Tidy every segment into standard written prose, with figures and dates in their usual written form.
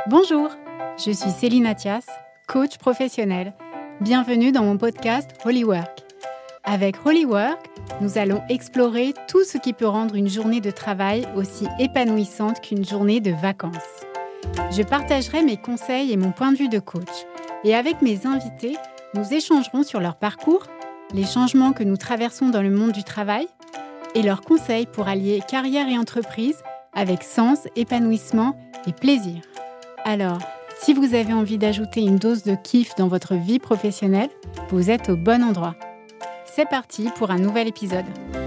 Bonjour, je suis Céline Athias, coach professionnelle. Bienvenue dans mon podcast Holywork. Avec Holywork, nous allons explorer tout ce qui peut rendre une journée de travail aussi épanouissante qu'une journée de vacances. Je partagerai mes conseils et mon point de vue de coach. Et avec mes invités, nous échangerons sur leur parcours, les changements que nous traversons dans le monde du travail et leurs conseils pour allier carrière et entreprise avec sens, épanouissement et plaisir. Alors, si vous avez envie d'ajouter une dose de kiff dans votre vie professionnelle, vous êtes au bon endroit. C'est parti pour un nouvel épisode.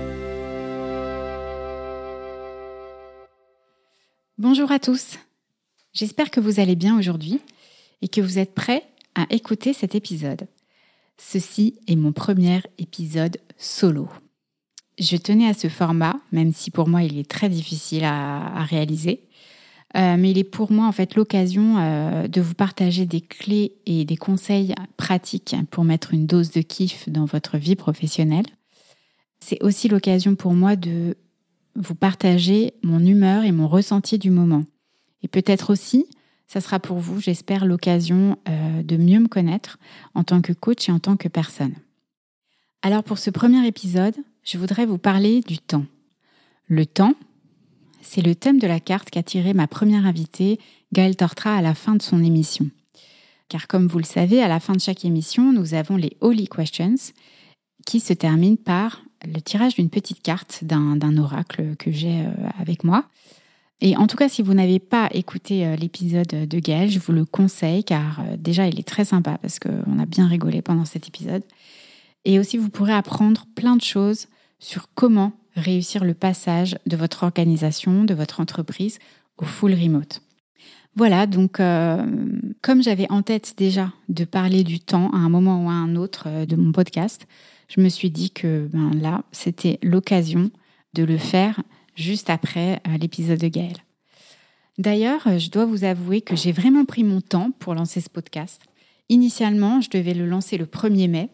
Bonjour à tous. J'espère que vous allez bien aujourd'hui et que vous êtes prêts à écouter cet épisode. Ceci est mon premier épisode solo. Je tenais à ce format, même si pour moi il est très difficile à réaliser. Mais il est pour moi en fait l'occasion de vous partager des clés et des conseils pratiques pour mettre une dose de kiff dans votre vie professionnelle. C'est aussi l'occasion pour moi de vous partager mon humeur et mon ressenti du moment. Et peut-être aussi, ça sera pour vous, j'espère, l'occasion de mieux me connaître en tant que coach et en tant que personne. Alors pour ce premier épisode, je voudrais vous parler du temps. Le temps, c'est le thème de la carte qu'a tiré ma première invitée, Gaëlle Tortra, à la fin de son émission. Car comme vous le savez, à la fin de chaque émission, nous avons les Holy Questions qui se terminent par le tirage d'une petite carte d'un oracle que j'ai avec moi. Et en tout cas, si vous n'avez pas écouté l'épisode de Gaëlle, je vous le conseille car déjà, il est très sympa parce qu'on a bien rigolé pendant cet épisode. Et aussi, vous pourrez apprendre plein de choses sur comment réussir le passage de votre organisation, de votre entreprise au full remote. Voilà, donc comme j'avais en tête déjà de parler du temps à un moment ou à un autre de mon podcast, je me suis dit que là, c'était l'occasion de le faire juste après l'épisode de Gaëlle. D'ailleurs, je dois vous avouer que j'ai vraiment pris mon temps pour lancer ce podcast. Initialement, je devais le lancer le 1er mai.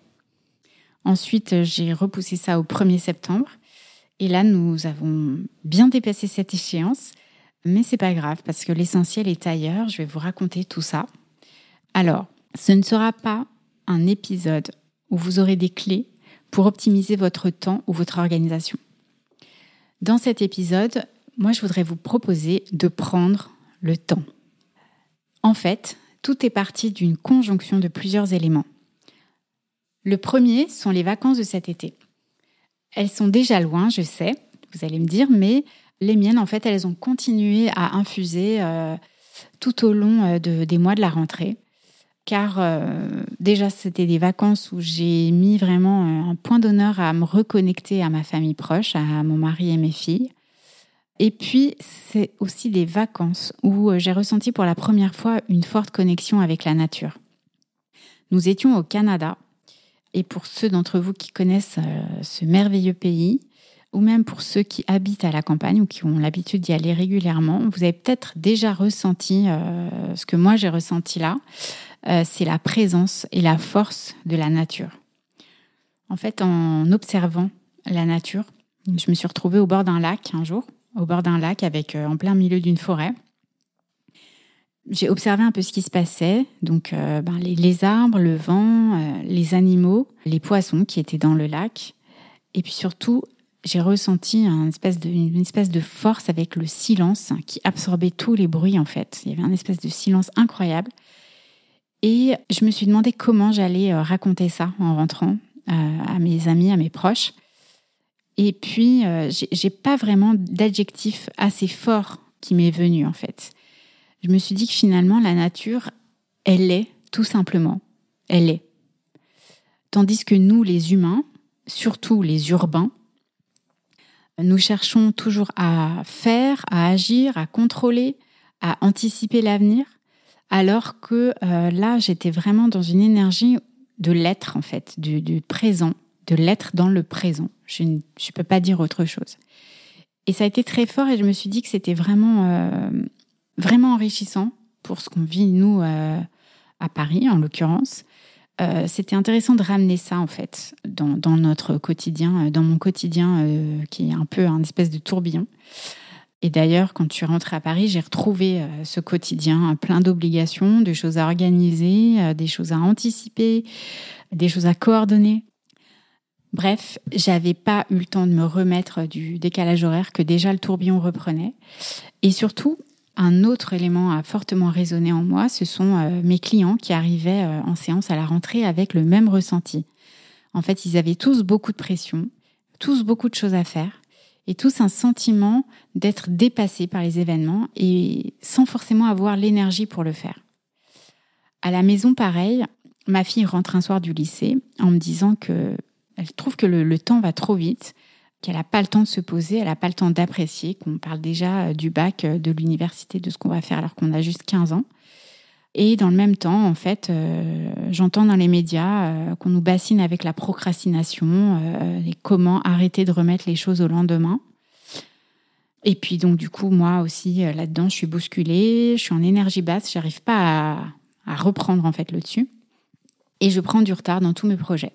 Ensuite, j'ai repoussé ça au 1er septembre. Et là, nous avons bien dépassé cette échéance, mais c'est pas grave parce que l'essentiel est ailleurs. Je vais vous raconter tout ça. Alors, ce ne sera pas un épisode où vous aurez des clés pour optimiser votre temps ou votre organisation. Dans cet épisode, moi, je voudrais vous proposer de prendre le temps. En fait, tout est parti d'une conjonction de plusieurs éléments. Le premier sont les vacances de cet été. Elles sont déjà loin, je sais, vous allez me dire, mais les miennes, en fait, elles ont continué à infuser tout au long des mois de la rentrée. Car déjà, c'était des vacances où j'ai mis vraiment un point d'honneur à me reconnecter à ma famille proche, à mon mari et mes filles. Et puis, c'est aussi des vacances où j'ai ressenti pour la première fois une forte connexion avec la nature. Nous étions au Canada. Et pour ceux d'entre vous qui connaissent ce merveilleux pays, ou même pour ceux qui habitent à la campagne ou qui ont l'habitude d'y aller régulièrement, vous avez peut-être déjà ressenti ce que moi j'ai ressenti là, c'est la présence et la force de la nature. En fait, en observant la nature, je me suis retrouvée au bord d'un lac un jour, au bord d'un lac avec en plein milieu d'une forêt. J'ai observé un peu ce qui se passait, donc les arbres, le vent, les animaux, les poissons qui étaient dans le lac. Et puis surtout, j'ai ressenti une espèce de force avec le silence qui absorbait tous les bruits en fait. Il y avait un espèce de silence incroyable. Et je me suis demandé comment j'allais raconter ça en rentrant à mes amis, à mes proches. Et puis, j'ai pas vraiment d'adjectif assez fort qui m'est venu en fait. Je me suis dit que finalement, la nature, elle est, tout simplement, elle est. Tandis que nous, les humains, surtout les urbains, nous cherchons toujours à faire, à agir, à contrôler, à anticiper l'avenir, alors que là, j'étais vraiment dans une énergie de l'être, en fait, du présent, de l'être dans le présent. Je ne peux pas dire autre chose. Et ça a été très fort et je me suis dit que c'était vraiment enrichissant pour ce qu'on vit, nous, à Paris, en l'occurrence. C'était intéressant de ramener ça, en fait, dans notre quotidien, dans mon quotidien, qui est un peu un espèce de tourbillon. Et d'ailleurs, quand je suis rentrée à Paris, j'ai retrouvé ce quotidien plein d'obligations, de choses à organiser, des choses à anticiper, des choses à coordonner. Bref, j'avais pas eu le temps de me remettre du décalage horaire que déjà le tourbillon reprenait. Et surtout, un autre élément a fortement résonné en moi, ce sont mes clients qui arrivaient en séance à la rentrée avec le même ressenti. En fait, ils avaient tous beaucoup de pression, tous beaucoup de choses à faire, et tous un sentiment d'être dépassés par les événements et sans forcément avoir l'énergie pour le faire. À la maison, pareil, ma fille rentre un soir du lycée en me disant qu'elle trouve que le temps va trop vite, qu'elle n'a pas le temps de se poser, elle n'a pas le temps d'apprécier, qu'on parle déjà du bac, de l'université, de ce qu'on va faire alors qu'on a juste 15 ans. Et dans le même temps, en fait, j'entends dans les médias qu'on nous bassine avec la procrastination et comment arrêter de remettre les choses au lendemain. Et puis donc du coup, moi aussi, là-dedans, je suis bousculée, je suis en énergie basse, j'arrive pas à reprendre en fait le dessus. Et je prends du retard dans tous mes projets.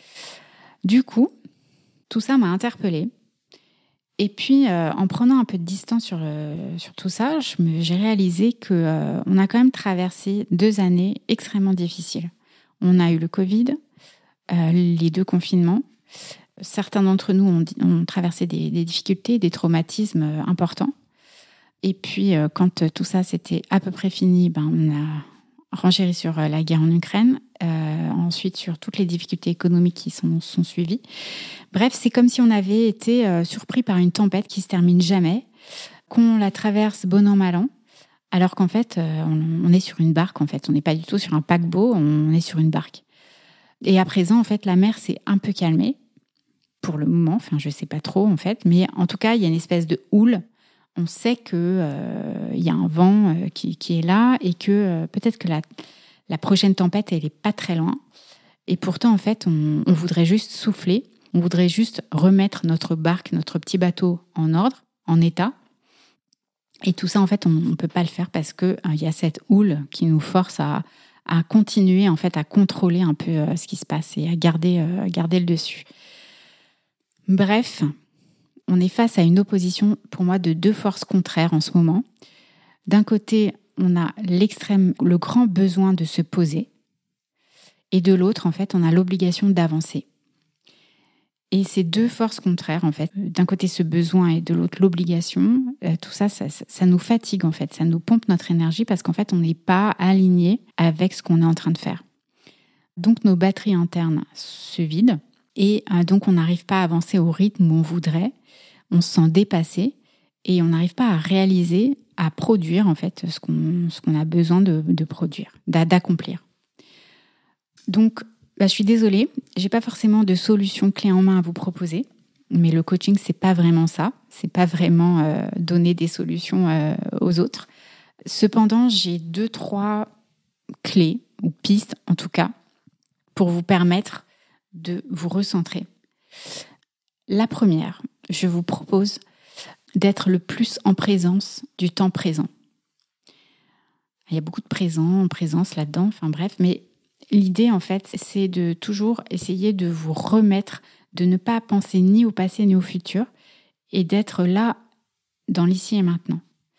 Du coup, tout ça m'a interpellée. Et puis, en prenant un peu de distance sur tout ça, j'ai réalisé qu'on a quand même traversé 2 années extrêmement difficiles. On a eu le Covid, les 2 confinements. Certains d'entre nous ont traversé des difficultés, des traumatismes importants. Et puis, quand tout ça c'était à peu près fini, on a renchéri sur la guerre en Ukraine, ensuite sur toutes les difficultés économiques qui sont suivies. Bref, c'est comme si on avait été surpris par une tempête qui se termine jamais, qu'on la traverse bon an, mal an, alors qu'en fait, on est sur une barque, en fait. On n'est pas du tout sur un paquebot, on est sur une barque. Et à présent, en fait, la mer s'est un peu calmée, pour le moment, enfin, je sais pas trop, en fait, mais en tout cas, il y a une espèce de houle. On sait que y a un vent qui est là et que peut-être que la prochaine tempête, elle est pas très loin. Et pourtant, en fait, on voudrait juste souffler. On voudrait juste remettre notre barque, notre petit bateau en ordre, en état. Et tout ça, en fait, on ne peut pas le faire parce qu'il y a cette houle qui nous force à continuer, en fait, à contrôler un peu ce qui se passe et à garder le dessus. Bref, on est face à une opposition, pour moi, de 2 forces contraires en ce moment. D'un côté, on a le grand besoin de se poser. Et de l'autre, en fait, on a l'obligation d'avancer. Et ces 2 forces contraires, en fait, d'un côté ce besoin et de l'autre l'obligation, tout ça nous fatigue, en fait. Ça nous pompe notre énergie parce qu'en fait, on n'est pas aligné avec ce qu'on est en train de faire. Donc, nos batteries internes se vident et donc, on n'arrive pas à avancer au rythme où on voudrait. On se sent dépassé et on n'arrive pas à réaliser, à produire, en fait, ce qu'on a besoin de produire, d'accomplir. Donc, je suis désolée, j'ai pas forcément de solution clé en main à vous proposer, mais le coaching, c'est pas vraiment ça. C'est pas vraiment donner des solutions aux autres. Cependant, j'ai 2-3 clés, ou pistes en tout cas, pour vous permettre de vous recentrer. La première, je vous propose d'être le plus en présence du temps présent. Il y a beaucoup de présence là-dedans, enfin bref, mais l'idée, en fait, c'est de toujours essayer de vous remettre, de ne pas penser ni au passé ni au futur et d'être là dans l'ici et maintenant.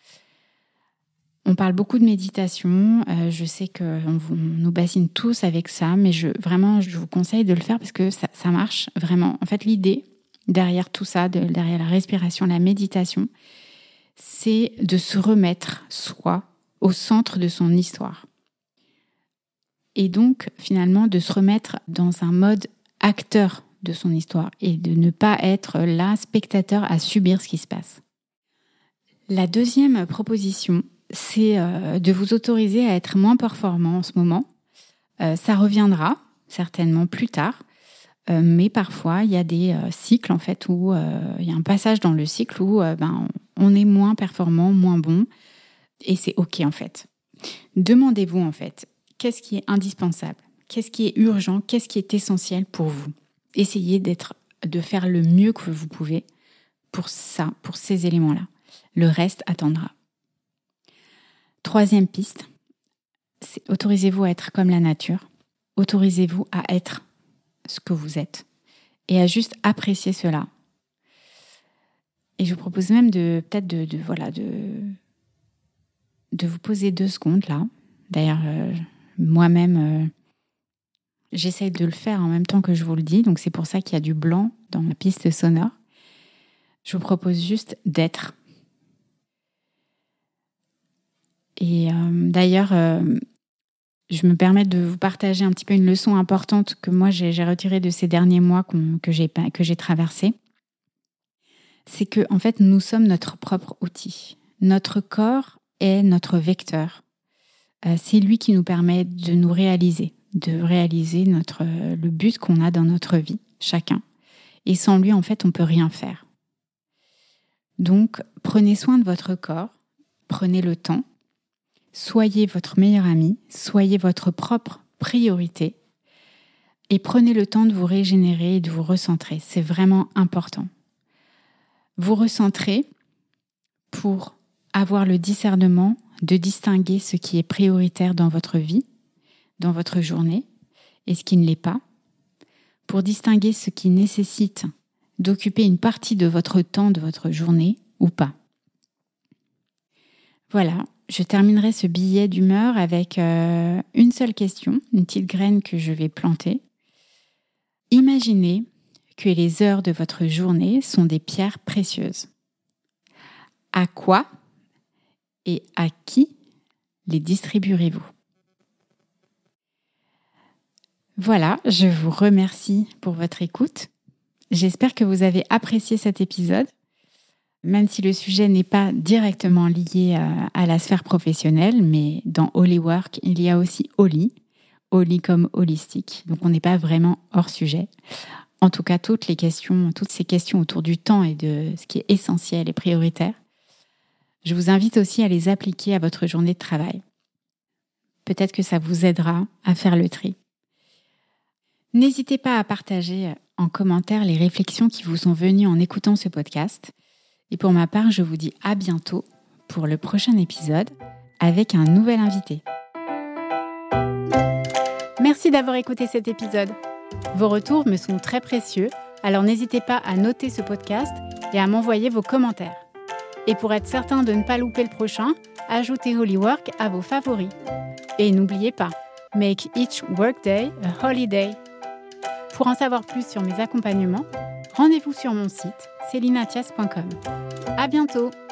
On parle beaucoup de méditation. Je sais qu'on nous bassine tous avec ça, mais je vous conseille de le faire parce que ça marche vraiment. En fait, l'idée derrière tout ça, derrière la respiration, la méditation, c'est de se remettre soi au centre de son histoire. Et donc, finalement, de se remettre dans un mode acteur de son histoire et de ne pas être là, spectateur, à subir ce qui se passe. La deuxième proposition, c'est de vous autoriser à être moins performant en ce moment. Ça reviendra certainement plus tard, mais parfois, il y a des cycles, en fait, où il y a un passage dans le cycle où on est moins performant, moins bon, et c'est OK, en fait. Demandez-vous, en fait, qu'est-ce qui est indispensable? Qu'est-ce qui est urgent? Qu'est-ce qui est essentiel pour vous? Essayez de faire le mieux que vous pouvez pour ça, pour ces éléments-là. Le reste attendra. Troisième piste, c'est autorisez-vous à être comme la nature. Autorisez-vous à être ce que vous êtes et à juste apprécier cela. Et je vous propose même de vous poser 2 secondes là. D'ailleurs, moi-même, j'essaye de le faire en même temps que je vous le dis. Donc c'est pour ça qu'il y a du blanc dans ma piste sonore. Je vous propose juste d'être. Et d'ailleurs, je me permets de vous partager un petit peu une leçon importante que moi j'ai retirée de ces derniers mois que j'ai traversés. C'est que en fait, nous sommes notre propre outil. Notre corps est notre vecteur. C'est lui qui nous permet de nous réaliser, le but qu'on a dans notre vie, chacun. Et sans lui, en fait, on ne peut rien faire. Donc, prenez soin de votre corps, prenez le temps, soyez votre meilleur ami, soyez votre propre priorité et prenez le temps de vous régénérer et de vous recentrer. C'est vraiment important. Vous recentrer pour avoir le discernement de distinguer ce qui est prioritaire dans votre vie, dans votre journée, et ce qui ne l'est pas, pour distinguer ce qui nécessite d'occuper une partie de votre temps, de votre journée, ou pas. Voilà, je terminerai ce billet d'humeur avec une seule question, une petite graine que je vais planter. Imaginez que les heures de votre journée sont des pierres précieuses. À quoi et à qui les distribuerez-vous ? Voilà, je vous remercie pour votre écoute. J'espère que vous avez apprécié cet épisode, même si le sujet n'est pas directement lié à la sphère professionnelle, mais dans Holywork, il y a aussi Holy comme holistique. Donc on n'est pas vraiment hors sujet. En tout cas, toutes ces questions autour du temps et de ce qui est essentiel et prioritaire, je vous invite aussi à les appliquer à votre journée de travail. Peut-être que ça vous aidera à faire le tri. N'hésitez pas à partager en commentaire les réflexions qui vous sont venues en écoutant ce podcast. Et pour ma part, je vous dis à bientôt pour le prochain épisode avec un nouvel invité. Merci d'avoir écouté cet épisode. Vos retours me sont très précieux, alors n'hésitez pas à noter ce podcast et à m'envoyer vos commentaires. Et pour être certain de ne pas louper le prochain, ajoutez Holywork à vos favoris. Et n'oubliez pas, make each workday a holiday. Pour en savoir plus sur mes accompagnements, rendez-vous sur mon site celinatias.com. À bientôt!